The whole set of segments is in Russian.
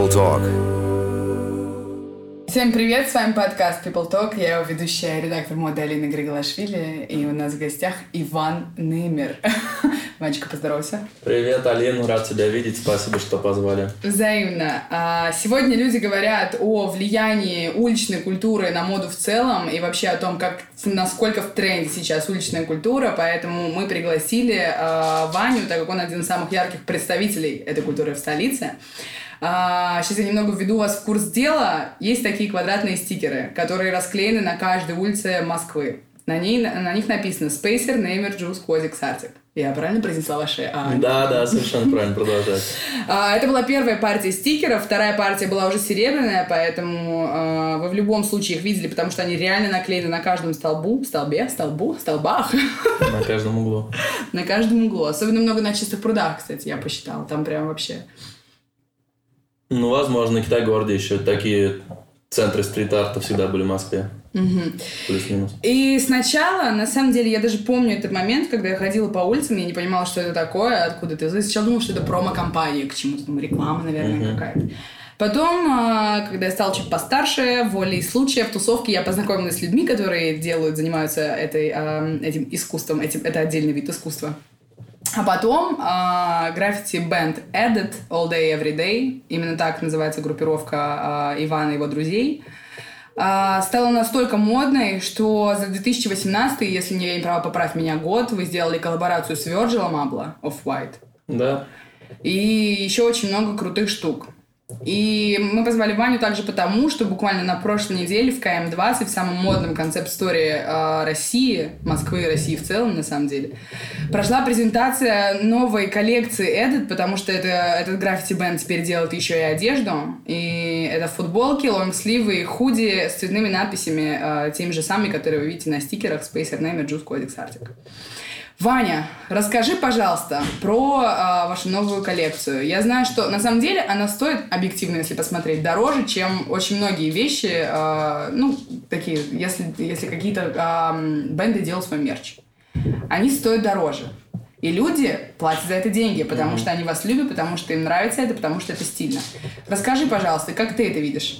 People Talk. Всем привет, с вами подкаст People Talk. Я его ведущая, редактор моды Алина Григолашвили. И у нас в гостях Иван Неймер. Ванечка, поздоровайся. Привет, Алин, рад тебя видеть. Спасибо, что позвали. Взаимно. Сегодня люди говорят о влиянии уличной культуры на моду в целом и вообще о том, насколько в тренде сейчас уличная культура. Поэтому мы пригласили Ваню, так как он один из самых ярких представителей этой культуры в столице. Сейчас я немного введу вас в курс дела. Есть такие квадратные стикеры, которые расклеены на каждой улице Москвы. На них написано «Spacer, Neymer, Juice, Kozix, Arctic». Я правильно произнесла ваши? Да, совершенно правильно, продолжать. Это была первая партия стикеров, вторая партия была уже серебряная, поэтому вы в любом случае их видели, потому что они реально наклеены на каждом столбах. На каждом углу. На каждом углу. Особенно много на Чистых прудах, кстати, я посчитала. Там прям вообще... Ну, возможно, Китай-городе еще такие центры стрит-арта всегда были в Москве. Плюс-минус. И сначала, на самом деле, я даже помню этот момент, когда я ходила по улицам, я не понимала, что это такое, откуда это. Я сначала думала, что это промо-компания к чему-то, там, реклама, наверное, какая-то. Потом, когда я стала чуть постарше, волей случая, в тусовке я познакомилась с людьми, которые занимаются этим искусством, это отдельный вид искусства. А потом граффити-бенд Edit All Day Every Day, именно так называется группировка Ивана и его друзей, стала настолько модной, что за 2018, если я не права, поправь меня, год, вы сделали коллаборацию с Virgil Abloh, Off-White. Да. И еще очень много крутых штук. И мы позвали Ваню также потому, что буквально на прошлой неделе в КМ-20, в самом модном концепт-сторе России, Москвы и России в целом, на самом деле, прошла презентация новой коллекции Edit, потому что этот граффити-бенд теперь делает еще и одежду. И это футболки, лонгсливы и худи с цветными надписями, теми же самыми, которые вы видите на стикерах Spacer, Neymer, Juice, Kozix, Arctic. Ваня, расскажи, пожалуйста, про вашу новую коллекцию. Я знаю, что на самом деле она стоит, объективно, если посмотреть, дороже, чем очень многие вещи, такие, если какие-то бенды делают свой мерч. Они стоят дороже. И люди платят за это деньги, потому что они вас любят, потому что им нравится это, потому что это стильно. Расскажи, пожалуйста, как ты это видишь?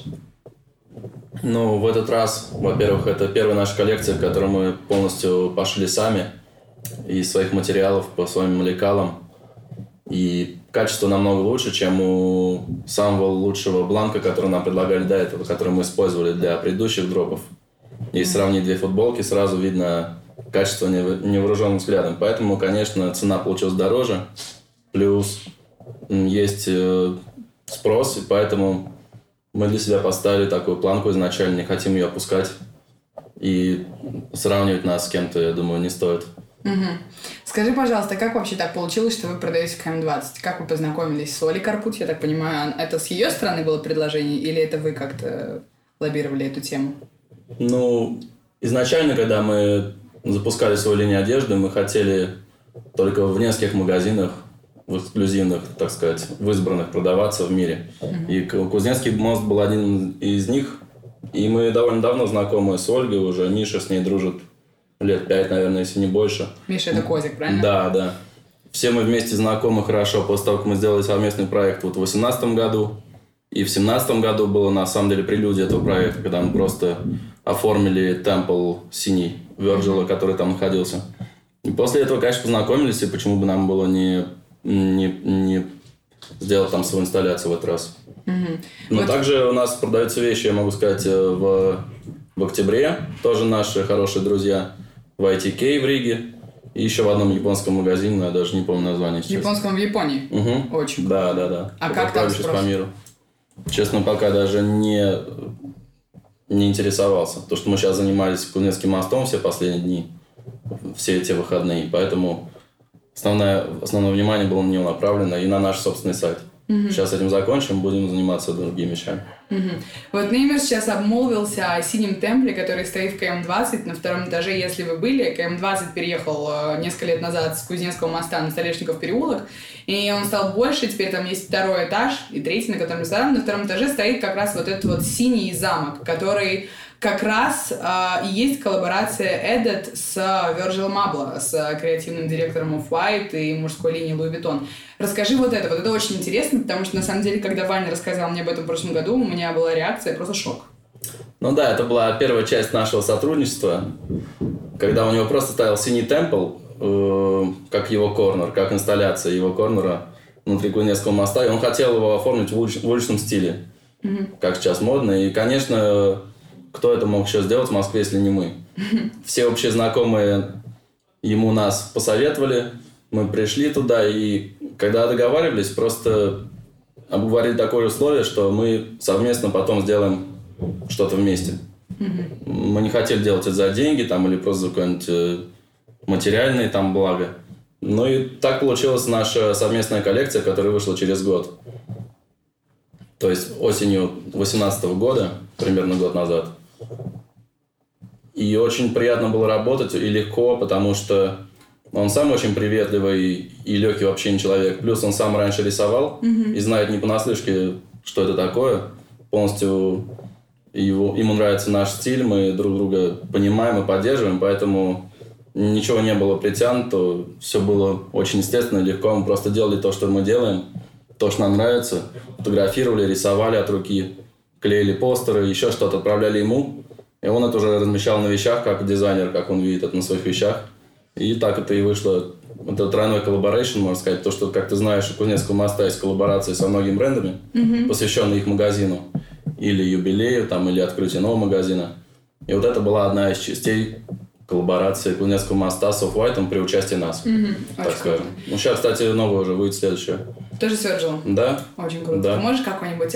Ну, в этот раз, во-первых, это первая наша коллекция, в которой мы полностью пошли сами. Из своих материалов по своим лекалам. И качество намного лучше, чем у самого лучшего бланка, который нам предлагали до этого, который мы использовали для предыдущих дропов. Если сравнить две футболки, сразу видно качество невооруженным взглядом. Поэтому, конечно, цена получилась дороже. Плюс есть спрос, и поэтому мы для себя поставили такую планку изначально, не хотим ее опускать. И сравнивать нас с кем-то, я думаю, не стоит. Скажи, пожалуйста, как вообще так получилось, что вы продаете в КМ-20? Как вы познакомились с Олей Карпут? Я так понимаю, это с ее стороны было предложение, или это вы как-то лоббировали эту тему? Ну, изначально, когда мы запускали свою линию одежды, мы хотели только в нескольких магазинах, в эксклюзивных, так сказать, в избранных продаваться в мире. И Кузнецкий мост был один из них. И мы довольно давно знакомы с Ольгой уже. Миша с ней дружит лет 5, наверное, если не больше. Миша, это Козик, правильно? Да. Все мы вместе знакомы хорошо после того, как мы сделали совместный проект в 2018 году. И в 2017 году было, на самом деле, прелюдия этого проекта, когда мы просто оформили темпл синий Virgil, который там находился. И после этого, конечно, познакомились, и почему бы нам было не сделать там свою инсталляцию в этот раз. Но также у нас продаются вещи, я могу сказать, в октябре. Тоже наши хорошие друзья. В ITK в Риге. И еще в одном японском магазине, но я даже не помню название сейчас. Японском в Японии? Очень круто. Да. А как там спрос? По миру. Честно, пока даже не интересовался. То, что мы сейчас занимались Кузнецким мостом все последние дни, все эти выходные. Поэтому основное внимание было на него направлено и на наш собственный сайт. Сейчас этим закончим, будем заниматься другими вещами. Вот Неймер сейчас обмолвился о синем темпле, который стоит в КМ-20 на втором этаже. Если вы были, КМ-20 переехал несколько лет назад с Кузнецкого моста на Столешников переулок, и он стал больше, теперь там есть второй этаж и третий, на котором ресторан. На втором этаже стоит как раз вот этот вот синий замок, который как раз и есть коллаборация Edit с Virgil Abloh, с креативным директором Off-White и мужской линии Louis Vuitton. Расскажи вот это очень интересно, потому что на самом деле, когда Ваня рассказал мне об этом в прошлом году, у меня была реакция, просто шок. Ну да, это была первая часть нашего сотрудничества, когда у него просто стоял синий темпл, как его корнер, как инсталляция его корнера внутри Кузнецкого моста, и он хотел его оформить в уличном стиле, как сейчас модно. И, конечно, кто это мог еще сделать в Москве, если не мы? Все общие знакомые ему нас посоветовали, мы пришли туда, и когда договаривались, просто обговорили такое условие, что мы совместно потом сделаем что-то вместе. Мы не хотели делать это за деньги там, или просто за какое-нибудь материальное там благо. Ну и так получилась наша совместная коллекция, которая вышла через год. То есть осенью 2018 года, примерно год назад. И очень приятно было работать, и легко, потому что он сам очень приветливый и легкий в общении человек. Плюс он сам раньше рисовал и знает не понаслышке, что это такое. Полностью ему нравится наш стиль, мы друг друга понимаем и поддерживаем, поэтому ничего не было притянуто, все было очень естественно, легко. Мы просто делали то, что мы делаем, то, что нам нравится. Фотографировали, рисовали от руки, клеили постеры, еще что-то отправляли ему. И он это уже размещал на вещах, как дизайнер, как он видит это на своих вещах. И так это и вышло. Это тройной коллаборейшн, можно сказать. То, что, как ты знаешь, у Кузнецкого моста есть коллаборации со многими брендами, посвященные их магазину. Или юбилею, там, или открытию нового магазина. И вот это была одна из частей коллаборации Кузнецкого моста с Off-White при участии нас, так скажем. Ну, сейчас, кстати, новая уже выйдет следующая. Тоже с Virgil? Да. Очень круто. Да. Ты можешь какой-нибудь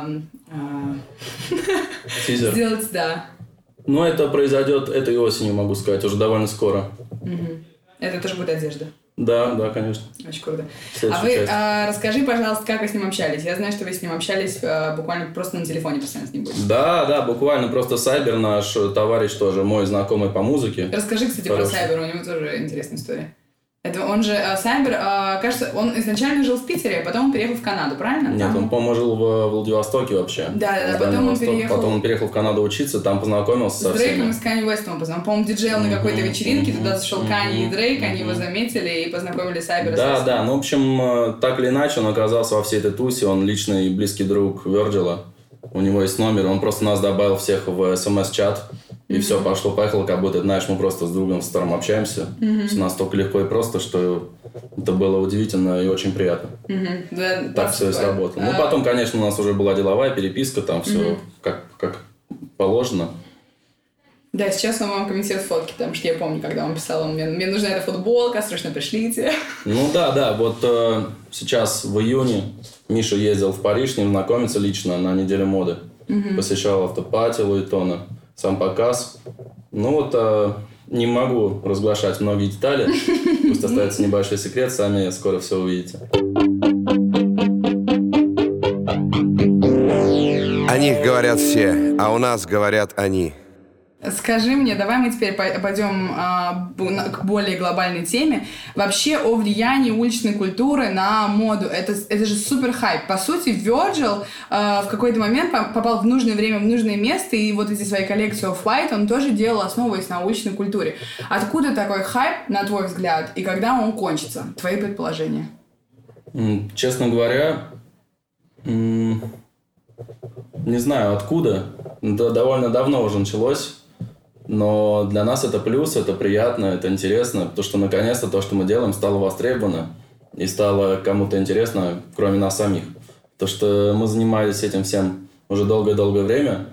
тизер сделать, да? Ну, это произойдет этой осенью, могу сказать, уже довольно скоро. Это тоже будет одежда? Да, да, конечно. Очень круто. А вы расскажи, пожалуйста, как вы с ним общались? Я знаю, что вы с ним общались буквально просто на телефоне, постоянно с ним были. Да, буквально просто Сайбер, наш товарищ тоже, мой знакомый по музыке. Расскажи, кстати, про Сайбер, у него тоже интересная история. Это он же, Сайбер, кажется, он изначально жил в Питере, а потом он переехал в Канаду, правильно? Нет, он, по-моему, жил в Владивостоке вообще. Да, потом он переехал. Потом он переехал в Канаду учиться, там познакомился со всеми. С Дрейком и с Канье Уэстом познакомился. По-моему, диджейл на какой-то вечеринке, туда зашел Канье и Дрейк, они его заметили и познакомили Сайбера. Да, ну, в общем, так или иначе, он оказался во всей этой тусе, он личный близкий друг Вирджила. У него есть номер, он просто нас добавил всех в СМС-чат. И все, пошло-поехало, как будто, знаешь, мы просто с другом старым общаемся. Все настолько легко и просто, что это было удивительно и очень приятно. Да, так все и сработало. Ну, потом, конечно, у нас уже была деловая переписка, там все как положено. Да, сейчас он вам комментирует фотки, потому что я помню, когда он писал, мне нужна эта футболка, срочно пришлите. Ну да, вот сейчас в июне Миша ездил в Париж, с ним знакомиться лично на неделю моды. Посещал автопати Louis Vuitton. Сам показ. Ну вот, не могу разглашать многие детали. Пусть остается небольшой секрет, сами скоро все увидите. О них говорят все, а у нас говорят они. Скажи мне, давай мы теперь пойдем к более глобальной теме. Вообще о влиянии уличной культуры на моду. Это же супер хайп. По сути, Virgil в какой-то момент попал в нужное время, в нужное место, и вот эти свои коллекции Off-White он тоже делал, основываясь на уличной культуре. Откуда такой хайп, на твой взгляд, и когда он кончится? Твои предположения? Честно говоря, не знаю откуда. Это довольно давно уже началось. Но для нас это плюс, это приятно, это интересно, потому что наконец-то то, что мы делаем, стало востребовано и стало кому-то интересно, кроме нас самих. Потому что мы занимались этим всем уже долгое-долгое время,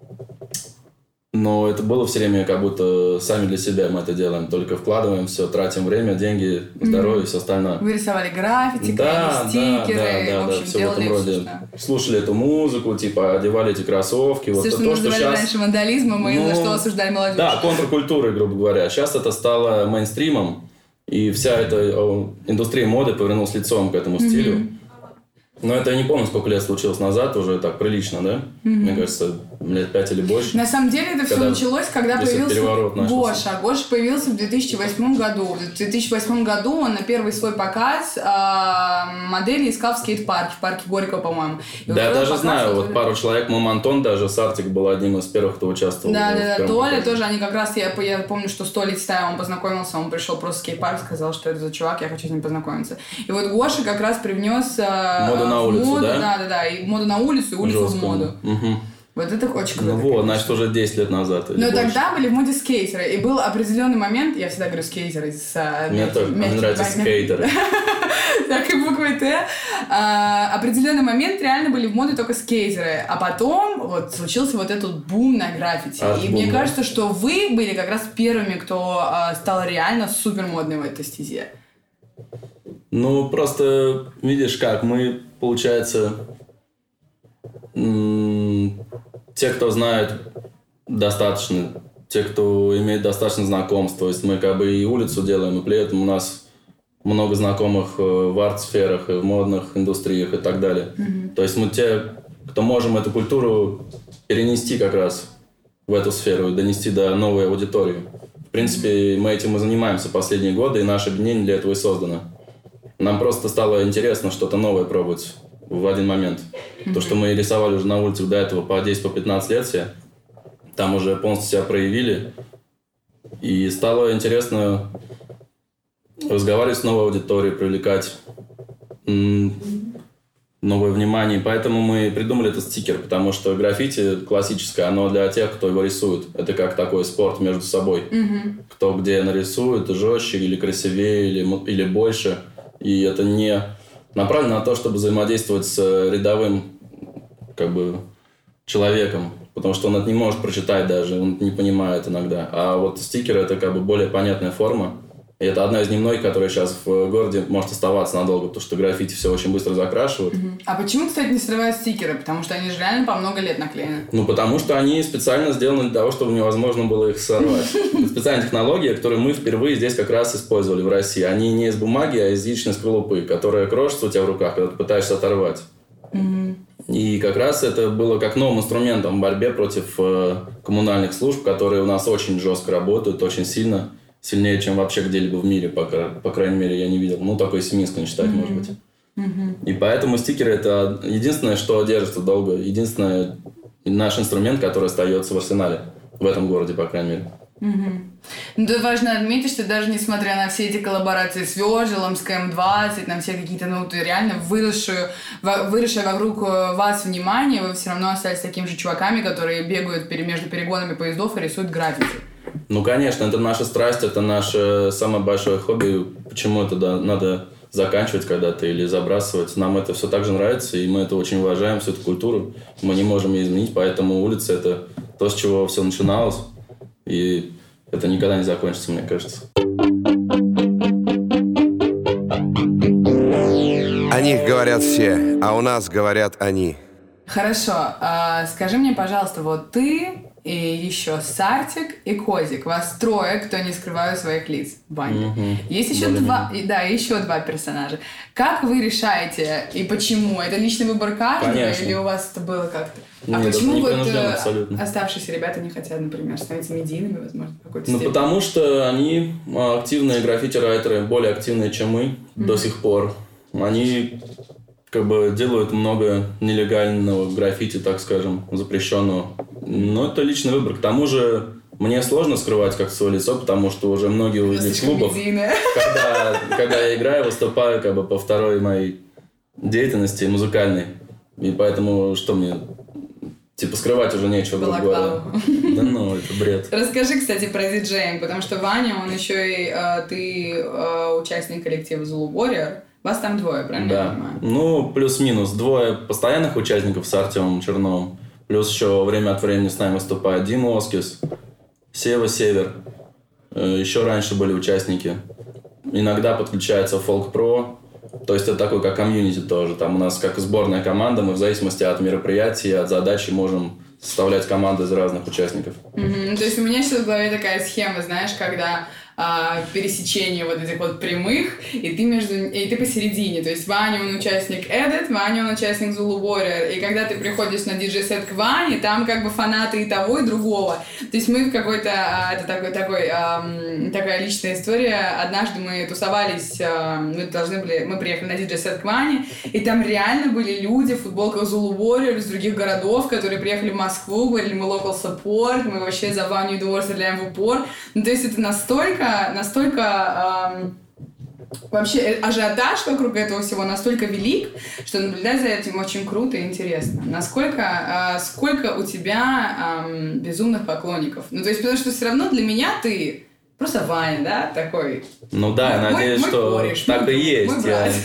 но это было все время как будто сами для себя мы это делаем, только вкладываем все, тратим время, деньги, здоровье и все остальное. Вы рисовали граффити, стикеры, в общем, все делали в этом роде. Что... Слушали эту музыку, типа одевали эти кроссовки. Все, вот что мы называли раньше вандализмом, и за что осуждали молодежь. Да, контркультурой, грубо говоря. Сейчас это стало мейнстримом, и вся эта индустрия моды повернулась лицом к этому стилю. Но это я не помню, сколько лет случилось назад, уже так прилично, да? Мне кажется, лет 5 или больше. На самом деле это все началось, когда появился Гоша. Гоша появился в 2008 году. В 2008 году он на первый свой показ модели искал в скейт-парке, в парке Горького, по-моему. Да, я даже знаю, вот пару человек, Антон даже, Сартик был одним из первых, кто участвовал. Да, Толя тоже, они как раз, я помню, что с Толей Титаевым он познакомился, он пришел просто в скейт-парк, сказал, что это за чувак, я хочу с ним познакомиться. И вот Гоша как раз привнес моду на улицу, да? Да, и моду на улицу, и улицу в моду. Вот это очень круто. Ну вот, значит, уже 10 лет назад. Но тогда были в моде скейтеры, и был определенный момент, я всегда говорю скейтеры мне тоже нравится скейтеры. Так и буквой Т. Определенный момент реально были в моде только скейтеры, а потом вот случился вот этот бум на граффити. И мне кажется, что вы были как раз первыми, кто стал реально супер модным в этой стезе. Ну, просто, видишь как, мы, получается, те, кто знает достаточно, те, кто имеет достаточно знакомств, то есть мы как бы и улицу делаем, и при этом у нас много знакомых в арт-сферах, и в модных индустриях и так далее. То есть мы те, кто можем эту культуру перенести как раз в эту сферу и донести до новой аудитории. В принципе, мы этим и занимаемся последние годы, и наше объединение для этого и создано. Нам просто стало интересно что-то новое пробовать в один момент. То, что мы рисовали уже на улицах до этого по 10-15 лет все, там уже полностью себя проявили. И стало интересно разговаривать с новой аудиторией, привлекать новое внимание. Поэтому мы придумали этот стикер, потому что граффити классическое, оно для тех, кто его рисует. Это как такой спорт между собой. Кто где нарисует, жестче или красивее, или больше. И это не направлено на то, чтобы взаимодействовать с рядовым человеком, потому что он это не может прочитать даже, он не понимает иногда. А вот стикер — это более понятная форма. И это одна из немногих, которая сейчас в городе может оставаться надолго, потому что граффити все очень быстро закрашивают. А почему, кстати, не срывают стикеры? Потому что они же реально по много лет наклеены. Ну, потому что они специально сделаны для того, чтобы невозможно было их сорвать. Это специальная технология, которую мы впервые здесь как раз использовали в России. Они не из бумаги, а из яичной скорлупы, которая крошится у тебя в руках, когда ты пытаешься оторвать. И как раз это было как новым инструментом в борьбе против коммунальных служб, которые у нас очень жестко работают, очень сильно. Сильнее, чем вообще где-либо в мире, по крайней мере, я не видел. Ну, такой из Минска не считать, может быть. И поэтому стикеры — это единственное, что держится долго. Единственный наш инструмент, который остается в арсенале. В этом городе, по крайней мере. Ну, тут важно отметить, что даже несмотря на все эти коллаборации с Virgil, с КМ-20, на все какие-то, реально выросшее вокруг вас внимание, вы все равно остались такими же чуваками, которые бегают между перегонами поездов и рисуют граффити. Ну, конечно, это наша страсть, это наше самое большое хобби. Почему это надо заканчивать когда-то или забрасывать? Нам это все так же нравится, и мы это очень уважаем, всю эту культуру. Мы не можем ее изменить, поэтому улица — это то, с чего все начиналось. И это никогда не закончится, мне кажется. О них говорят все, а у нас говорят они. Хорошо. Скажи мне, пожалуйста, вот ты и еще Сартик и Козик. Вас трое, кто не скрывают своих лиц в банде. Есть еще еще два персонажа. Как вы решаете и почему? Это личный выбор каждого? Конечно. Или у вас это было как-то? Нет, почему абсолютно. Оставшиеся ребята не хотят, например, становиться медийными, возможно, в какой-то степени? Потому что они активные граффити-райтеры, более активные, чем мы до сих пор. Они делают много нелегального граффити, так скажем, запрещенного. Но это личный выбор. К тому же мне сложно скрывать как свое лицо, потому что уже многие увидели в клубах, когда я играю, выступаю по второй моей деятельности музыкальной. И поэтому что мне... скрывать уже нечего, грубо говоря. Да ну, это бред. Расскажи, кстати, про диджеинг, потому что Ваня, он еще и... ты участник коллектива Zulu Warrior. Вас там двое, правильно я понимаю? Ну, плюс-минус. Двое постоянных участников с Артемом Черновым. Плюс еще время от времени с нами выступает Дима Оскис, Сева Север. Еще раньше были участники. Иногда подключается Folk Pro. То есть это такой, как комьюнити тоже. Там у нас как сборная команда. Мы в зависимости от мероприятия, от задачи можем составлять команды из разных участников. То есть у меня сейчас в голове такая схема, знаешь, когда пересечение вот этих вот прямых, и ты посередине. То есть Ваня, он участник Edit, Ваня, он участник Zulu Warrior. И когда ты приходишь на диджей-сет к Ване, там как бы фанаты и того, и другого. То есть мы в какой-то... Это такая личная история. Однажды мы тусовались, мы приехали на диджей-сет к Ване, и там реально были люди в футболках Zulu Warrior из других городов, которые приехали в Москву, говорили, мы local support, мы вообще за Ваню и Дуор стреляем в упор. Ну, то есть это настолько вообще ажиотаж вокруг этого всего настолько велик, что наблюдать за этим очень круто и интересно. Сколько у тебя безумных поклонников? Ну, то есть, потому что все равно для меня ты просто Ваня, да, такой. Ну да, я надеюсь, что кореш, так и есть.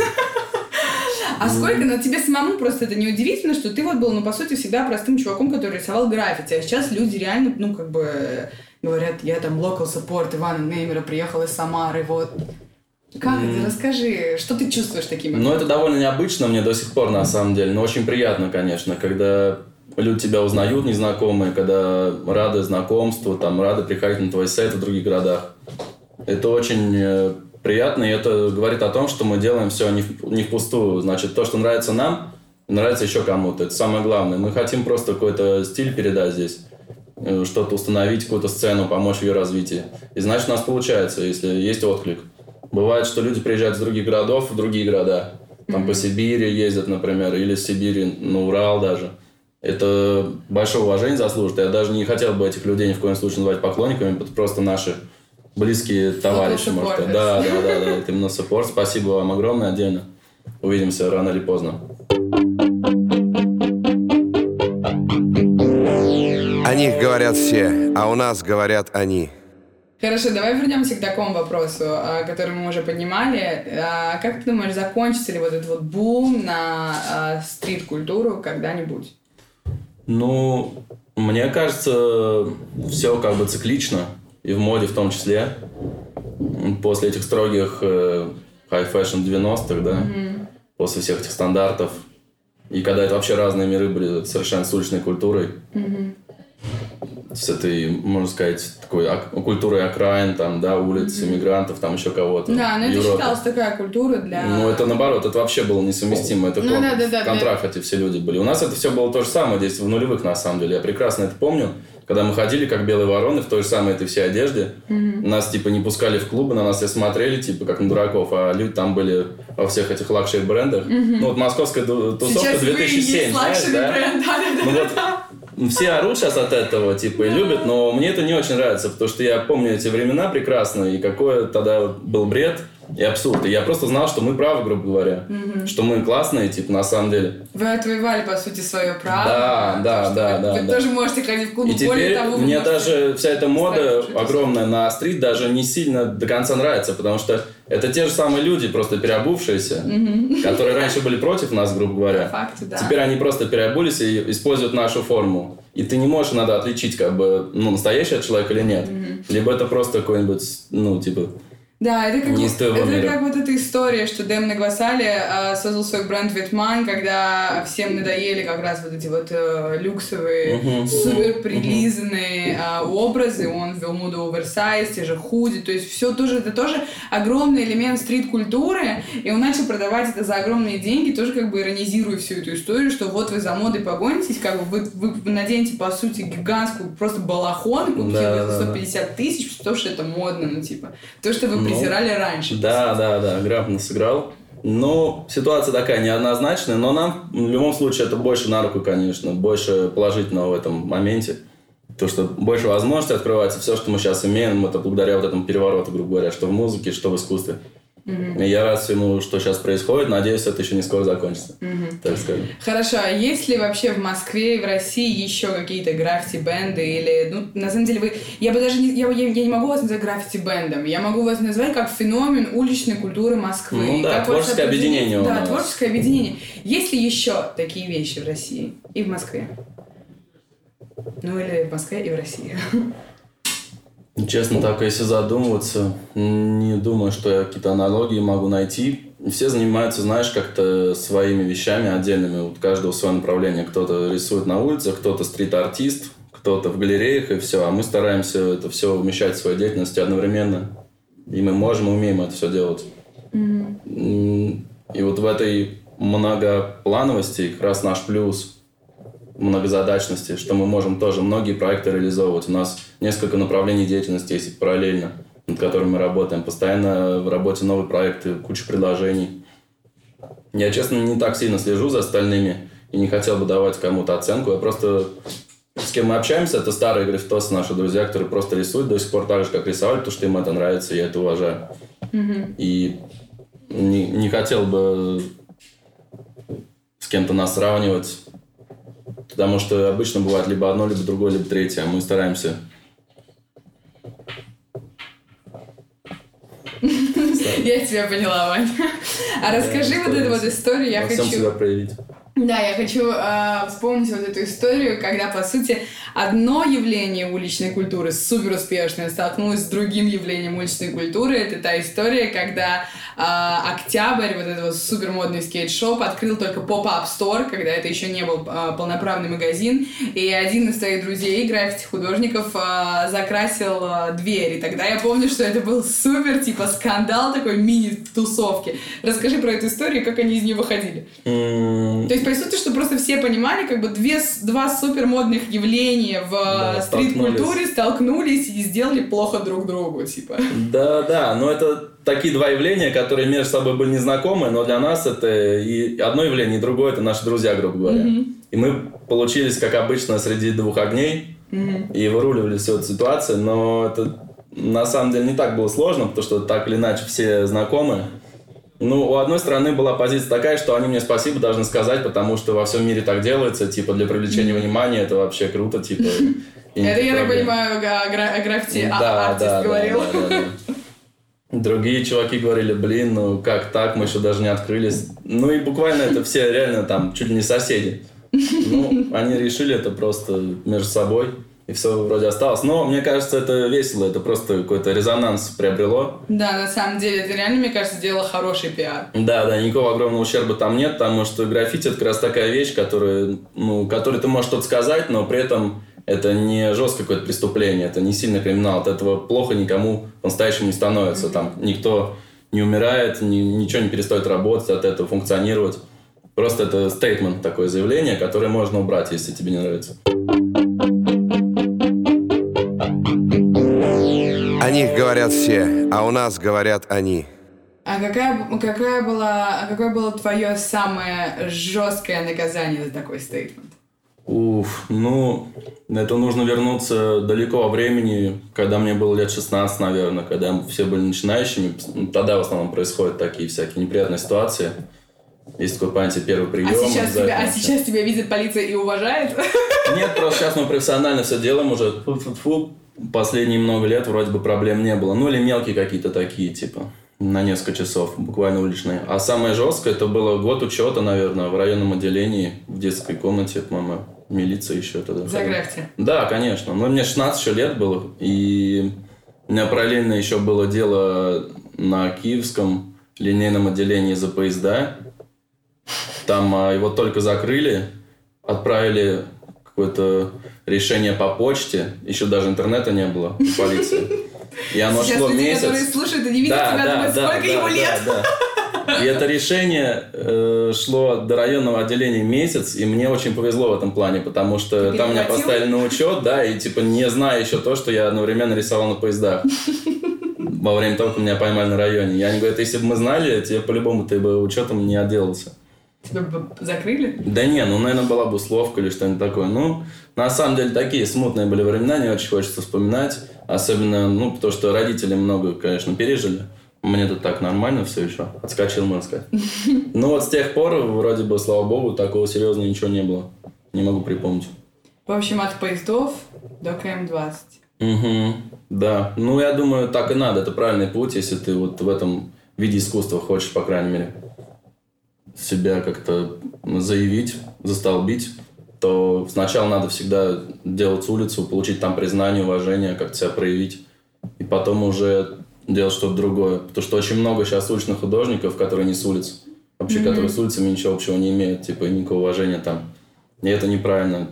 А сколько, но тебе самому просто это не удивительно, что ты вот был, по сути, всегда простым чуваком, который рисовал граффити, а сейчас люди реально, говорят, я там local support Ивана Неймера, приехал из Самары, вот. Как это? Расскажи, что ты чувствуешь такими? Ну, это довольно необычно мне до сих пор, на самом деле, но очень приятно, конечно, когда люди тебя узнают, незнакомые, когда рады знакомству, там, рады приходить на твой сайт в других городах. Это очень приятно, и это говорит о том, что мы делаем все не впустую. Значит, то, что нравится нам, нравится еще кому-то. Это самое главное. Мы хотим просто какой-то стиль передать здесь, что-то установить, какую-то сцену, помочь в ее развитии. И значит, у нас получается, если есть отклик. Бывает, что люди приезжают из других городов в другие города. Там по Сибири ездят, например, или с Сибири на Урал даже. Это большое уважение заслужит. Я даже не хотел бы этих людей ни в коем случае называть поклонниками. Это просто наши близкие товарищи. Может. Да. Это именно саппорт. Спасибо вам огромное отдельно. Увидимся рано или поздно. О них говорят все, а у нас говорят они. Хорошо, давай вернемся к такому вопросу, который мы уже поднимали. Как ты думаешь, закончится ли вот этот вот бум на стрит-культуру когда-нибудь? Ну, мне кажется, все как бы циклично, и в моде в том числе. После этих строгих high-fashion 90-х, да, после всех этих стандартов, и когда это вообще разные миры были совершенно с уличной культурой, с этой, можно сказать, такой культурой окраин, там, да, улиц, иммигрантов, там еще кого-то. Да, но это считалась такая культура для... Ну, это наоборот, это вообще было несовместимо. Это в контрах эти все люди были. У нас это все было то же самое здесь, в нулевых, на самом деле. Я прекрасно это помню. Когда мы ходили, как белые вороны, в той же самой этой всей одежде. Нас, типа, не пускали в клубы, на нас все смотрели, типа, как на дураков. А люди там были во всех этих лакшери-брендах. Ну, вот московская тусовка 2007, знаешь, да? Ну, вот все орут сейчас от этого, типа, и любят, но мне это не очень нравится, потому что я помню эти времена прекрасно, и какой тогда был бред и абсурд. И я просто знал, что мы правы, грубо говоря, что мы классные, типа, на самом деле. Вы отвоевали, по сути, свое право. Да. Вы тоже можете ходить в клуб, и более того, мне даже вся эта мода огромная на стрит даже не сильно до конца нравится, потому что это те же самые люди, просто переобувшиеся, которые раньше были против нас, грубо говоря. По факту, да. Теперь они просто переобулись и используют нашу форму. И ты не можешь иногда отличить, как бы, настоящий человек или нет. Либо это просто какой-нибудь, типа... Да, это как вот эта история, что Дэм Нагвасали создал свой бренд Витман, когда всем надоели как раз вот эти вот люксовые, супер прилизанные образы. Он ввел моду оверсайз, те же худи, то есть все тоже, это тоже огромный элемент стрит-культуры, и он начал продавать это за огромные деньги, тоже как бы иронизируя всю эту историю, что вот вы за модой погонитесь, как бы вы наденете, по сути, гигантскую просто балахон, купите за 150 тысяч, потому что это модно, то, что вы презирали раньше. Да, грамотно сыграл. Ну, ситуация такая неоднозначная, но нам в любом случае это больше на руку, конечно, больше положительного в этом моменте. То, что больше возможностей открывается, все, что мы сейчас имеем, это благодаря вот этому перевороту, грубо говоря, что в музыке, что в искусстве. И я рад всему, что сейчас происходит. Надеюсь, это еще не скоро закончится. Так скажем. Хорошо. А есть ли вообще в Москве и в России еще какие-то граффити-бенды? Или, на самом деле, я не могу вас назвать граффити-бендом. Я могу вас назвать как феномен уличной культуры Москвы. Ну да, творческое объединение у нас. Да, творческое объединение. Есть ли еще такие вещи в России и в Москве? Ну, или в Москве и в России. Честно, так, если задумываться, не думаю, что я какие-то аналогии могу найти. Все занимаются, знаешь, как-то своими вещами отдельными. Вот каждого свое направление. Кто-то рисует на улицах, кто-то стрит-артист, кто-то в галереях, и все. А мы стараемся это все вмещать в свою деятельность одновременно. И мы можем и умеем это все делать. И вот в этой многоплановости как раз наш плюс, многозадачности, что мы можем тоже многие проекты реализовывать. У нас несколько направлений деятельности есть параллельно, над которыми мы работаем. Постоянно в работе новые проекты, куча предложений. Я, честно, не так сильно слежу за остальными и не хотел бы давать кому-то оценку. Я просто... С кем мы общаемся, это старые граффитосы, наши друзья, которые просто рисуют до сих пор так же, как рисовали, потому что им это нравится, и я это уважаю. И не хотел бы с кем-то нас сравнивать, потому что обычно бывает либо одно, либо другое, либо третье, а мы стараемся... Я тебя поняла, Вань. А расскажи вот эту вот историю, я хочу... себя проявить. Да, я хочу вспомнить вот эту историю, когда, по сути, одно явление уличной культуры супер успешное столкнулось с другим явлением уличной культуры. Это та история, когда Октябрь, вот этот вот супер модный скейт-шоп, открыл только поп-ап стор, когда это еще не был полноправный магазин. И один из твоих друзей, граффити-художников, закрасил дверь. И тогда я помню, что это был супер, типа, скандал такой мини-тусовки. Расскажи про эту историю, как они из нее выходили. То есть, по сути, что просто все понимали, как бы два супер модных явления в стрит-культуре столкнулись и сделали плохо друг другу, типа. Да, но это такие два явления, которые между собой были незнакомы, но для нас это и одно явление, и другое, это наши друзья, грубо говоря. И мы получились, как обычно, среди двух огней и выруливали всю эту ситуацию, но это на самом деле не так было сложно, потому что так или иначе все знакомы. Ну, у одной стороны была позиция такая, что они мне спасибо должны сказать, потому что во всем мире так делается, типа, для привлечения внимания, это вообще круто, типа. Это, я так понимаю, граффити-артист говорил. Да. Другие чуваки говорили, блин, ну как так, мы еще даже не открылись. Ну и буквально это все реально там чуть ли не соседи. Ну, они решили это просто между собой. И все вроде осталось. Но мне кажется, это весело. Это просто какой-то резонанс приобрело. Да, на самом деле, это реально, мне кажется, сделало хороший пиар. Да, никакого огромного ущерба там нет, потому что граффити — это как раз такая вещь, которой ты можешь что-то сказать, но при этом это не жесткое какое-то преступление, это не сильный криминал. От этого плохо никому по-настоящему не становится. Там никто не умирает, ничего не перестает работать от этого, функционировать. Просто это стейтмент, такое заявление, которое можно убрать, если тебе не нравится. О них говорят все, а у нас говорят они. А какое было твое самое жесткое наказание за такой стейтмент? Это нужно вернуться далеко во времени, когда мне было лет 16, наверное, когда все были начинающими. Тогда в основном происходят такие всякие неприятные ситуации. Есть такое понятие первый прием. А сейчас тебя видит полиция и уважает? Нет, просто сейчас мы профессионально все делаем уже. Последние много лет вроде бы проблем не было. Ну или мелкие какие-то такие, типа, на несколько часов, буквально уличные. А самое жесткое, это было год учета, наверное, в районном отделении, в детской комнате, по-моему, милиция еще тогда. За граффити? Да, конечно. Но мне 16 еще лет было, и у меня параллельно еще было дело на Киевском линейном отделении за поезда. Там его только закрыли, отправили какое-то решение по почте, еще даже интернета не было у полиции. И оно сейчас шло люди, месяц. Которые слушают и не видят тебя, думают, сколько ему лет. И это решение шло до районного отделения месяц, и мне очень повезло в этом плане, потому что там меня поставили на учет, и типа не зная еще то, что я одновременно рисовал на поездах. Во время того, как меня поймали на районе. И они говорят, если бы мы знали, тебе по-любому ты бы учетом не отделался. Тебя бы закрыли? Да не, наверное, была бы условка или что-нибудь такое. На самом деле, такие смутные были времена, не очень хочется вспоминать. Особенно, потому что родители много, конечно, пережили. Мне тут так нормально все еще. Отскочил, можно сказать. С тех пор, вроде бы, слава богу, такого серьезного ничего не было. Не могу припомнить. В общем, от поездов до КМ-20. Угу, да. Я думаю, так и надо. Это правильный путь, если ты вот в этом виде искусства хочешь, по крайней мере, себя как-то заявить, застолбить, то сначала надо всегда делать улицу, получить там признание, уважение, как-то себя проявить, и потом уже делать что-то другое. Потому что очень много сейчас уличных художников, которые не с улиц, вообще, которые с улицами ничего общего не имеют, типа, никакого уважения там. И это неправильно.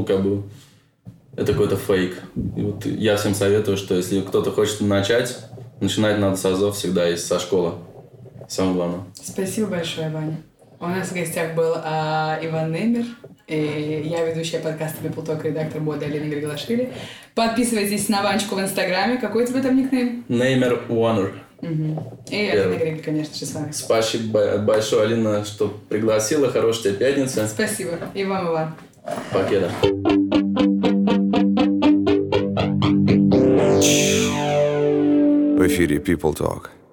Это какой-то фейк. И вот я всем советую, что если кто-то хочет начать начинать надо с азов всегда и со школы. Самое главное. Спасибо большое, Ваня. У нас в гостях был Иван Неймер. И я ведущая подкаста People Talk, редактор моды Алина Григлашвили. Подписывайтесь на Ванечку в Инстаграме. Какой у тебя там никнейм? Неймер Уонер. И Алина Григли, конечно же, с вами. Спасибо большое, Алина, что пригласила. Хорошей тебе пятницы. Спасибо. И вам, Иван. Покеда. В эфире People Talk.